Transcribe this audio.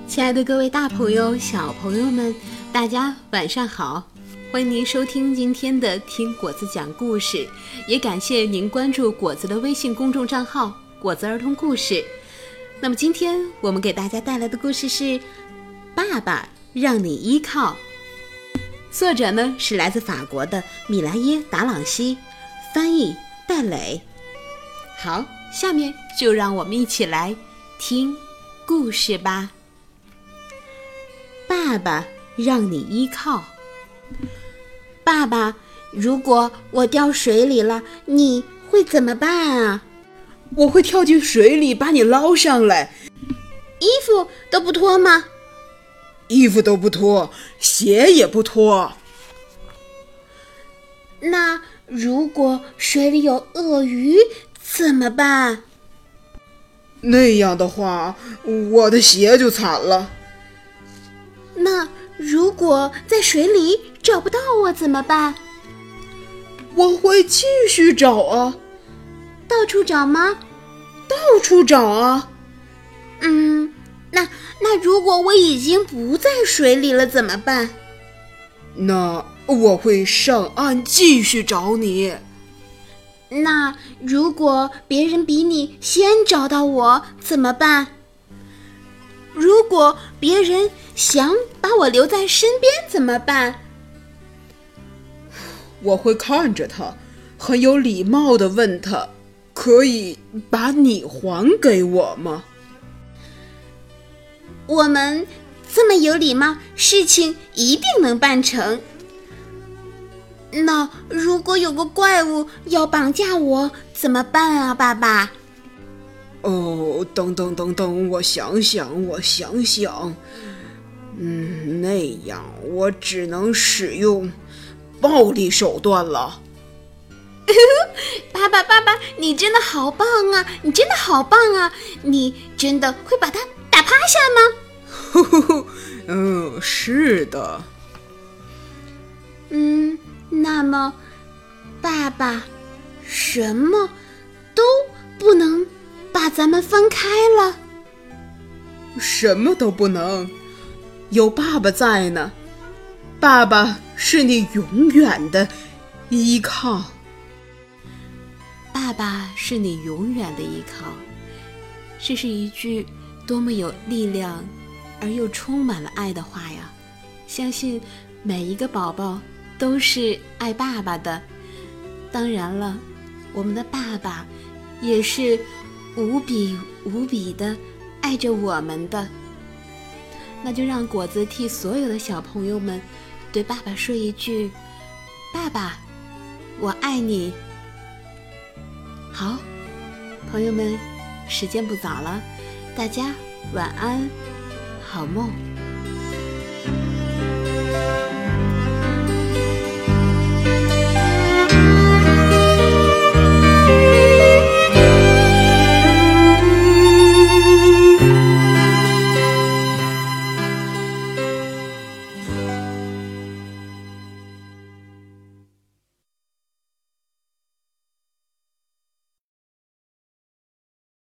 亲爱的各位大朋友小朋友们，大家晚上好，欢迎您收听今天的听果子讲故事，也感谢您关注果子的微信公众账号果子儿童故事。那么今天我们给大家带来的故事是爸爸让你依靠，作者呢是来自法国的米莱耶·达朗西，翻译戴磊。好，下面就让我们一起来听故事吧。爸爸让你依靠。爸爸，如果我掉水里了，你会怎么办啊？ 我会跳进水里把你捞上来。 衣服都不脱吗？ 衣服都不脱，鞋也不脱。 那如果水里有鳄鱼怎么办？ 那样的话，我的鞋就惨了。 那如果在水里找不到我怎么办？ 我会继续找啊。 到处找吗？ 到处找啊。 那如果我已经不在水里了怎么办？ 那我会上岸继续找你。 那如果别人比你先找到我怎么办？如果别人想把我留在身边怎么办？ 我会看着他，很有礼貌地问他，可以把你还给我吗？ 我们这么有礼貌，事情一定能办成。那如果有个怪物要绑架我怎么办啊，爸爸？ 等，我想想，那样我只能使用暴力手段了。 爸爸，你真的好棒啊！你真的会把它打趴下吗？ 是的。 那么，爸爸，什么都不能把咱们分开了？ 什么都不能，有爸爸在呢。爸爸是你永远的依靠。 爸爸是你永远的依靠，这是一句多么有力量而又充满了爱的话呀！相信每一个宝宝都是爱爸爸的。当然了，我们的爸爸也是无比的爱着我们的。那就让果子替所有的小朋友们对爸爸说一句：爸爸，我爱你。好，朋友们，时间不早了，大家晚安，好梦。